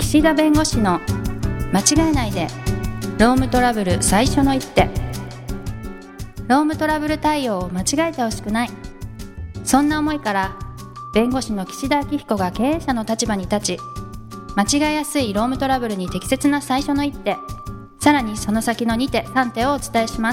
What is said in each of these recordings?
岸田弁護士の間違えないでロームトラブル最初の一手。ロームトラブル対応を間違えてほしくない、そんな思いから弁護士の岸田明彦が経営者の立場に立ち、間違えやすいロームトラブルに適切な最初の一手、さらにその先の2手3手をお伝えします。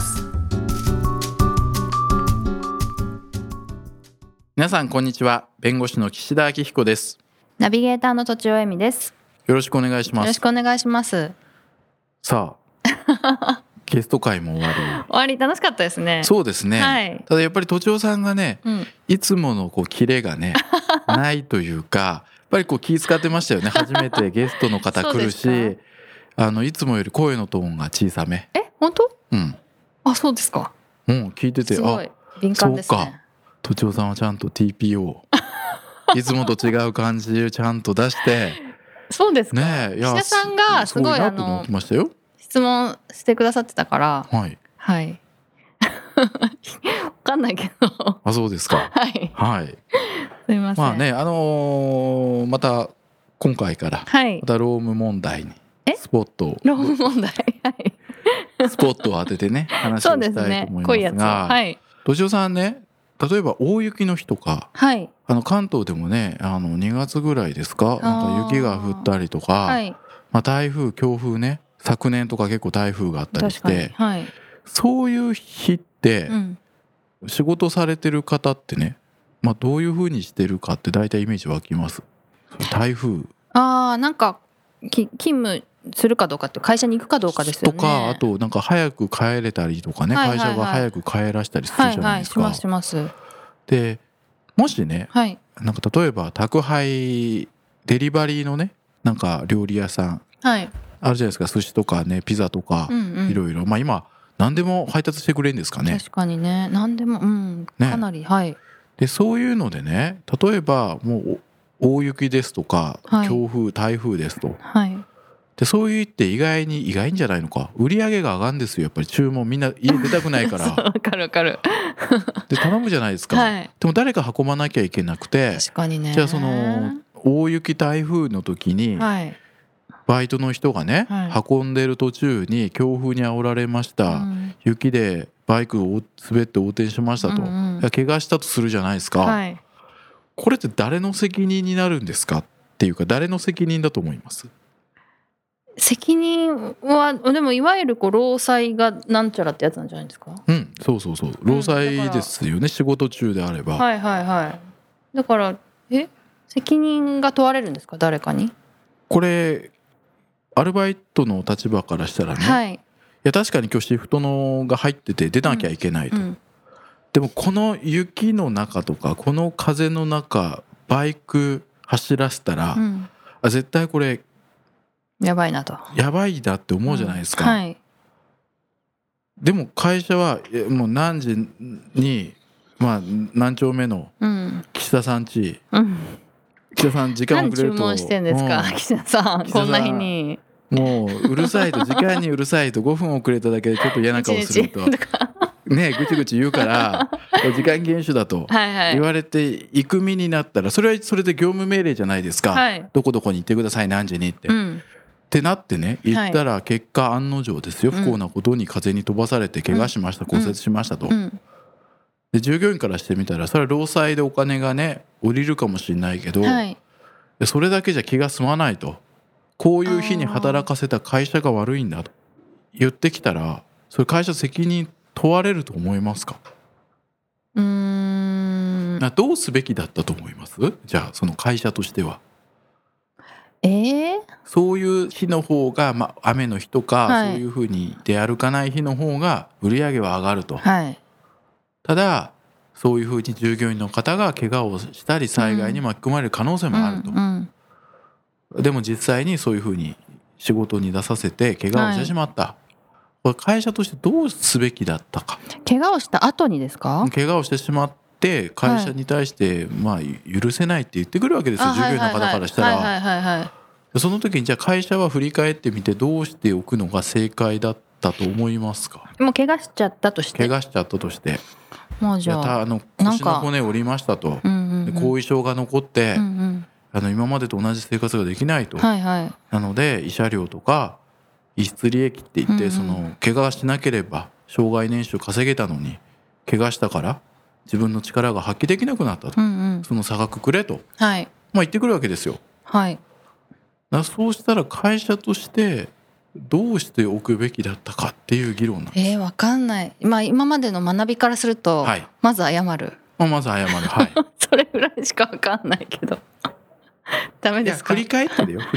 皆さんこんにちは。弁護士の岸田明彦です。 ナビゲーターの土地尾恵美です。 よろしくお願いします。 よろしくお願いします。 さあゲスト会も終わり終わり楽しかったですね。 そうですね、 はい、 ただやっぱり土地尾さんがね、いつものキレがねないというか、やっぱり気遣ってましたよね。初めてゲストの方来るしいつもより声のトーンが小さめ。 本当？ あ、 そうですか。 聞いててすごい敏感ですね。 そうか、土地尾さんはちゃんと TPO いつもと違う感じをちゃんと出してそうですかね。 岸田さんがすごいなと思ってましたよ。 質問してくださってたからはい分かんないけどあ、そうですか。はい、 すいません。 まあね、また今回からまたローム問題にスポットを、 ローム問題スポットを当ててね話をしたいと思いますが、土地尾さんね、例えば大雪の日とか、関東でもね2月ぐらいですか、なんか雪が降ったりとか、台風強風ね、昨年とか結構台風があったりして、そういう日って、仕事されてる方ってね、どういう風にしてるかって大体イメージ湧きます？台風なんか勤務するかどうかって会社に行くかどうかですよね。 とか、あとなんか早く帰れたりとかね、会社が早く帰らしたりするじゃないですか。 しますでもしね、なんか例えば宅配デリバリーのね、なんか料理屋さん、あるじゃないですか。寿司とかね、ピザとか、いろいろ今何でも配達してくれるんですかね。 確かにね、何でも、かなり、 でそういうのでね、例えばもう大雪ですとか、強風台風ですと、でそういうって意外にじゃないのか、売り上げが上がるんですよ。やっぱり注文みんな家出たくないからわかるで頼むじゃないですか、でも誰か運ばなきゃいけなくて、 確かにね、 じゃあその大雪台風の時に、バイトの人がね、運んでる途中に強風に煽られました、雪でバイクを滑って横転しましたと、怪我したとするじゃないですか、これって誰の責任になるんですかっていうか、誰の責任だと思います？ 責任はでもいわゆる労災がなんちゃらってやつなんじゃないですか。 そう労災ですよね、仕事中であれば。 だから責任が問われるんですか、誰かに。 これアルバイトの立場からしたらね、いや確かに今日シフトのが入ってて出なきゃいけないと、でもこの雪の中とかこの風の中バイク走らせたら、絶対これやばいなと、 やばいだって思うじゃないですか、でも会社はもう何時に、何丁目の岸田さん家、岸田さん時間遅れると何注文してんですか、岸田さんこんな日に。 もううるさいと、時間にうるさいと、5分遅れただけでちょっと嫌な顔するとね、ぐちぐち言うから時間厳守だと言われて行く身になったら、それはそれで業務命令じゃないですか、どこどこに行ってください何時にって、ってなってね、行ったら結果案の定ですよ、不幸なことに風に飛ばされて怪我しました、骨折しましたと、で従業員からしてみたらそれは労災でお金がね降りるかもしれないけど、それだけじゃ気が済まないと、こういう日に働かせた会社が悪いんだと言ってきたら、それ会社責任問われると思いますか？どうすべきだったと思います？じゃあその会社としては。そういう日の方が、雨の日とか、そういうふうに出歩かない日の方が売り上げは上がると、ただそういうふうに従業員の方が怪我をしたり災害に巻き込まれる可能性もあると、でも実際にそういうふうに仕事に出させて怪我をしてしまった、これ会社としてどうすべきだったか。 怪我をした後にですか？ 怪我をしてしまって会社に対して、許せないって言ってくるわけですよ、従業員の方からしたら。その時にじゃあ会社は振り返ってみてどうしておくのが正解だったと思いますか？ もう怪我しちゃったとして、 もうじゃあ腰の骨折りましたと、後遺症が残って、 今までと同じ生活ができないと、 はいはい、 なので慰謝料とか逸失利益って言って、その怪我しなければ障害年収稼げたのに怪我したから自分の力が発揮できなくなったと、その差額くれと、言ってくるわけですよ。そうしたら会社としてどうしておくべきだったかっていう議論なんです。 分かんない、今までの学びからすると、まず謝る、 まず謝る、 それぐらいしか分かんないけどダメですか？ 振り返ってです。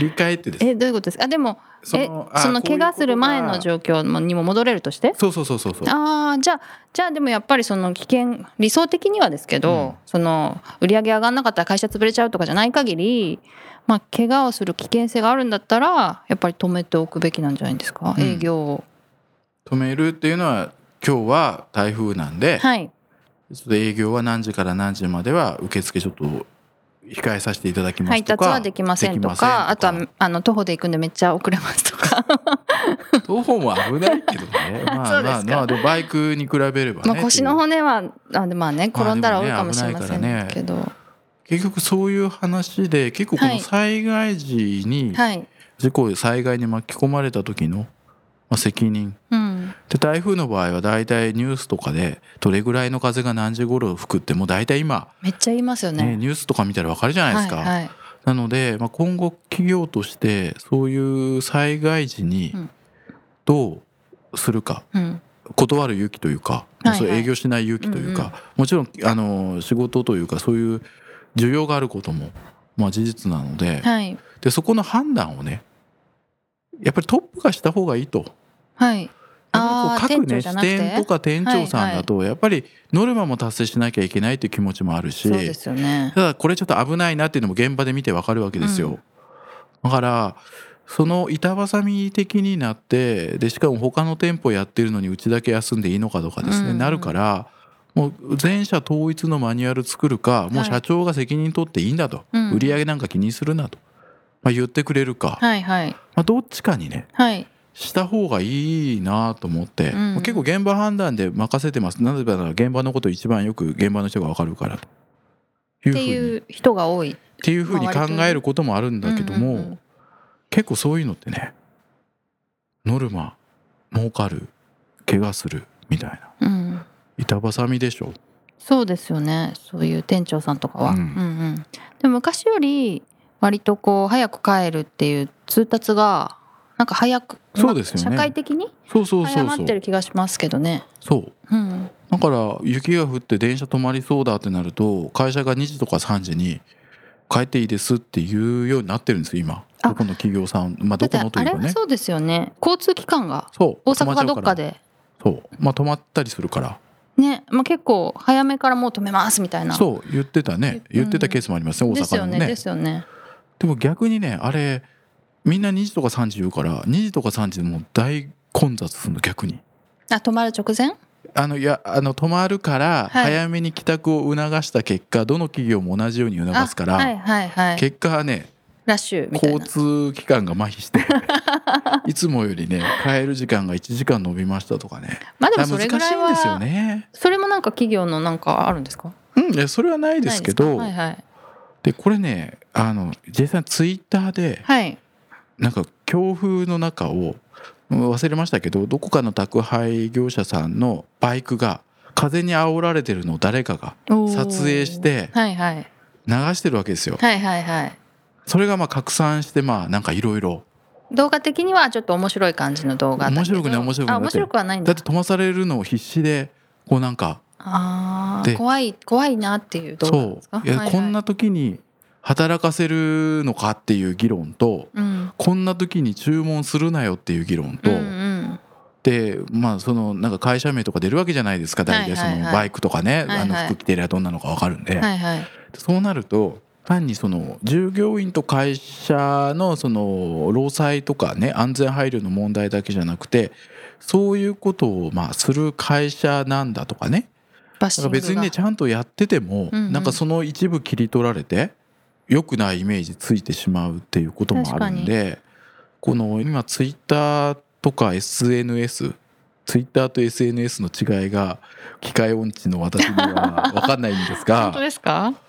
どういうことですか？でもその怪我する前の状況にも戻れるとして、 そうじゃあでもやっぱりその危険、理想的にはですけど、その売り上げ上がんなかったら会社潰れちゃうとかじゃない限り、怪我をする危険性があるんだったらやっぱり止めておくべきなんじゃないですか、営業を。 止めるっていうのは、今日は台風なんで、営業は何時から何時までは受付ちょっと控えさせていただきますとか、 配達はできませんとか、あとは徒歩で行くんでめっちゃ遅れますとか徒歩も危ないけどねでもバイクに比べればね、 腰の骨は転んだら折るかもしれませんけど、 結局そういう話で、結構この災害時に、事故災害に巻き込まれた時の責任、で台風の場合はだいたいニュースとかでどれぐらいの風が何時頃吹くってもうだいたい今めっちゃ言いますよね、 ニュースとか見たら分かるじゃないですか、なので、今後企業としてそういう災害時にどうするか、断る勇気というか、そう営業しない勇気というか、もちろん仕事というかそういう需要があることも事実なので、でそこの判断をねやっぱりトップがした方がいいと。各ね支店とか店長さんだとやっぱりノルマも達成しなきゃいけないという気持ちもあるし、ただこれちょっと危ないなっていうのも現場で見てわかるわけですよ、だからその板挟み的になって、でしかも他の店舗やってるのにうちだけ休んでいいのかとかですね、なるから、もう全社統一のマニュアル作るか、もう社長が責任取っていいんだと、売り上げなんか気にするなと、言ってくれるか、どっちかにね、した方がいいなと思って、結構現場判断で任せてます。なぜなら現場のことを一番よく現場の人が分かるからという人が多いっていうふうに考えることもあるんだけども、結構そういうのってね、ノルマ儲かる怪我するみたいな、板挟みでしょ。 そうですよね、そういう店長さんとかは、でも昔より割と早く帰るっていう通達がなんか早く、 そうですよね、 社会的に早まってる気がしますけどね。 だから雪が降って電車止まりそうだってなると、会社が2時とか3時に帰っていいですっていうようになってるんですよ今、どこの企業さん、どこのというかね。 あれはそうですよね、交通機関が大阪かどっかで止まったりするからね、結構早めからもう止めますみたいな、 言ってたケースもありますね、大阪のね。 ですよね。 でも逆にね、あれみんな2時とか3時言うから、2時とか3時でもう大混雑するの逆に。 止まる直前？ 止まるから早めに帰宅を促した結果、どの企業も同じように促すから、結果はね、 ラッシュみたいな、 交通機関が麻痺していつもよりね帰る時間が1時間延びましたとかね。 でもそれぐらいは難しいんですよね。 それもなんか企業のなんかあるんですか？ それはないですけど、でこれね、実際ツイッターで、なんか強風の中を忘れましたけど、どこかの宅配業者さんのバイクが風に煽られてるのを誰かが撮影して流してるわけですよ。それが拡散して、なんかいろいろ動画的にはちょっと面白い感じの動画だけど、面白くはないんだ。 だって飛ばされるのを必死でなんか怖いなっていう動画ですか？ こんな時に働かせるのかっていう議論と、こんな時に注文するなよっていう議論と、でそのなんか会社名とか出るわけじゃないですか、大体そのバイクとかね、服着てりゃどんなのか分かるんで、そうなると単にその従業員と会社のその労災とかね、安全配慮の問題だけじゃなくて、そういうことをする会社なんだとかね、別にねちゃんとやってても、なんかその一部切り取られて良くないイメージついてしまうっていうこともあるんで、この今ツイッターとか SNS、 ツイッターと SNS の違いが機械音痴の私には分かんないんですが本当ですか？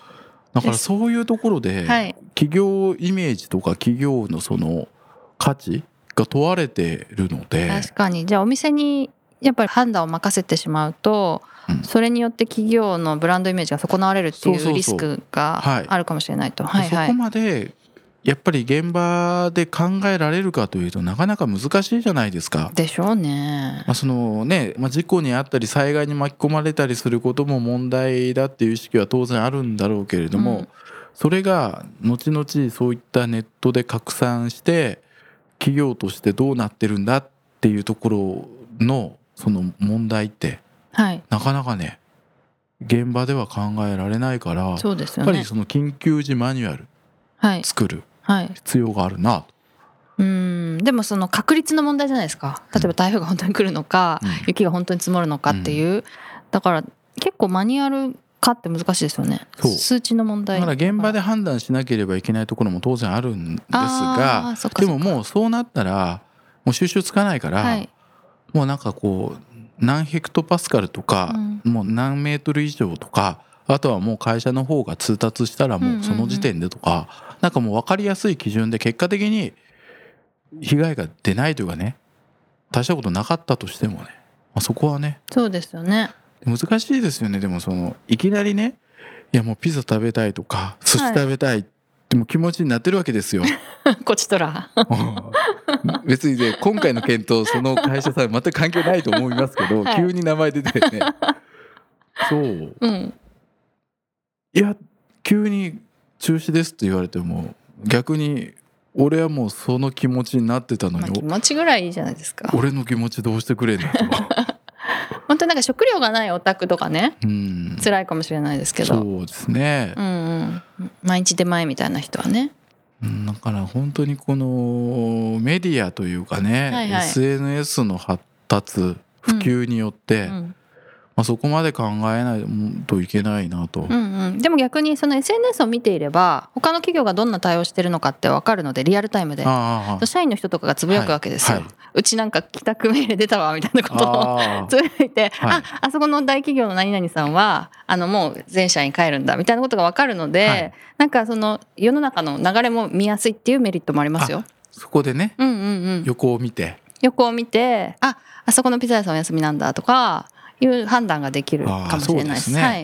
だからそういうところで企業イメージとか企業のその価値が問われてるので、 確かにじゃあお店にやっぱり判断を任せてしまうと、それによって企業のブランドイメージが損なわれるっていうリスクがあるかもしれないと。 そこまでやっぱり現場で考えられるかというとなかなか難しいじゃないですか。 でしょうね。 そのね、事故にあったり災害に巻き込まれたりすることも問題だっていう意識は当然あるんだろうけれども、それが後々そういったネットで拡散して企業としてどうなってるんだっていうところのその問題って、なかなかね現場では考えられないから、 そうですよね、 やっぱりその緊急時マニュアル作る必要があるなと。 でもその確率の問題じゃないですか。例えば台風が本当に来るのか、雪が本当に積もるのかっていう、だから結構マニュアル化って難しいですよね。数値の問題だから現場で判断しなければいけないところも当然あるんですが、でももうそうなったらもう収集つかないから、もうなんかこう何ヘクトパスカルとか、もう何メートル以上とか、あとはもう会社の方が通達したらもうその時点でとか、なんかもう分かりやすい基準で結果的に被害が出ないというかね、大したことなかったとしてもね、そこはね、 そうですよね、 難しいですよね。でもそのいきなりね、いやもうピザ食べたいとか寿司食べたいっても気持ちになってるわけですよ。 こちとら別にね、今回の件とその会社さん全く関係ないと思いますけど、急に名前出てね、そう、いや急に中止ですって言われても逆に俺はもうその気持ちになってたのに、 気持ちぐらいいいじゃないですか。 俺の気持ちどうしてくれんだと本当になんか食料がないお宅とかね、辛いかもしれないですけど、 そうですね、 毎日出前みたいな人はね、 だから本当にこのメディアというかね、SNS の発達普及によって、そこまで考えないといけないなと、 でも逆にその SNS を見ていれば他の企業がどんな対応してるのかって分かるので、リアルタイムで社員の人とかがつぶやくわけですよ、うちなんか帰宅メール出たわみたいなことをつぶやいて、あそこの大企業の何々さんはもう全社員帰るんだみたいなことが分かるので、なんかその世の中の流れも見やすいっていうメリットもありますよ。 そこでね、横を見てあそこのピザ屋さんお休みなんだとかいう判断ができるかもしれないです。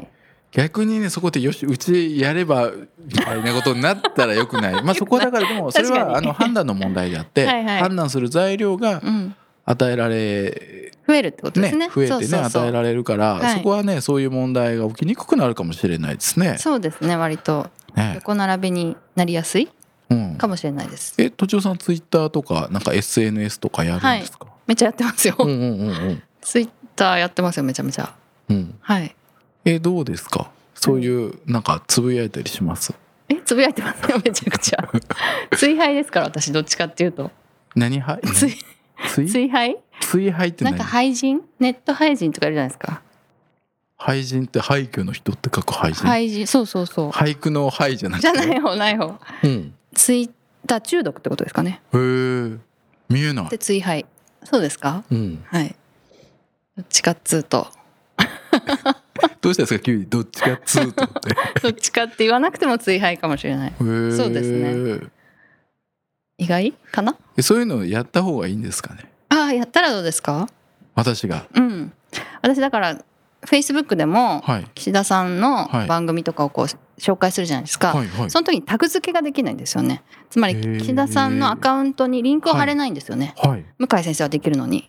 逆にね、そこでよしうちやればみたいなことになったらよくないそこだから、でもそれは判断の問題であって判断する材料が与えられ、 増えるってことですね。 増えてね与えられるから、そこはねそういう問題が起きにくくなるかもしれないですね。 そうですね、割と横並びになりやすいかもしれないです。 とちおさんツイッターとかなんか SNS とかやるんですか？ めっちゃやってますよ。ツイッターやってますよ、めちゃめちゃ。どうですか？そういうなんかつぶやいたりします？ つぶやいてますよ、めちゃくちゃ。追廃ですから私、どっちかっていうと。 何廃？ 追廃？ 追廃って何？ なんか廃人？ネット廃人とかいるじゃないですか。 廃人って廃墟の人って書く廃人？ 廃人、そうそうそう。 俳句の廃じゃなくて？ じゃない方。ツイッター中毒ってことですかね。 へえ、見えない。 で追廃。そうですか？はい。どっちかっつうと。 どうしたんですか急にどっちかっつうとって。 どっちかって言わなくても追廃かもしれない。そうですね。意外かな？ そういうのやった方がいいんですかね？ やったらどうですか？ 私が。 私だからFacebook でも岸田さんの番組とかをこう紹介するじゃないですか、その時にタグ付けができないんですよね。つまり岸田さんのアカウントにリンクを貼れないんですよね、向井先生はできるのに、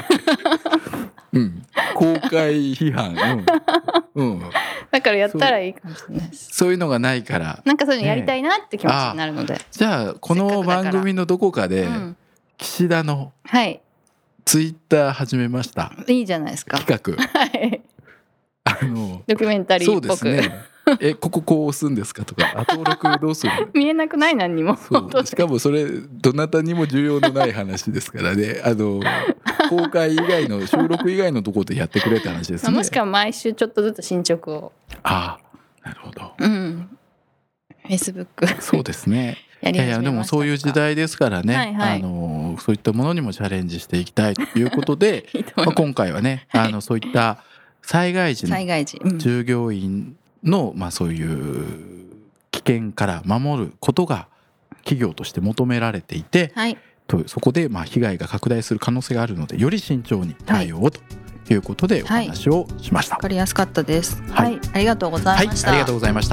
公開批判、 だからやったらいいかもしれないです。 そういうのがないからなんかそういうのやりたいなって気持ちになるので、 じゃあこの番組のどこかで岸田のツイッター始めました、 いいじゃないですか企画、 ドキュメンタリーっぽく、 そうですね、ここ押すんですかとか、登録どうする見えなくない？何にも。 しかもそれどなたにも重要のない話ですからね。公開以外の収録以外のところでやってくれって話ですね。 もしくは毎週ちょっとずつ進捗を。 なるほど。 Facebook。 そうですね。いやでもそういう時代ですからね、そういったものにもチャレンジしていきたいということで今回はねそういった災害時の従業員のそういう険から守ることが企業として求められていて、はい、そこで被害が拡大する可能性があるのでより慎重に対応をということでお話をしました。 わかりやすかったです。はい、ありがとうございました。 ありがとうございました。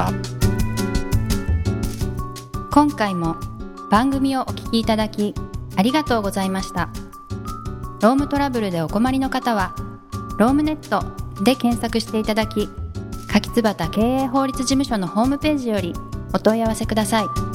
今回も番組をお聞きいただきありがとうございました。ロームトラブルでお困りの方はロームネットで検索していただき、柿椿経営法律事務所のホームページよりお問い合わせください。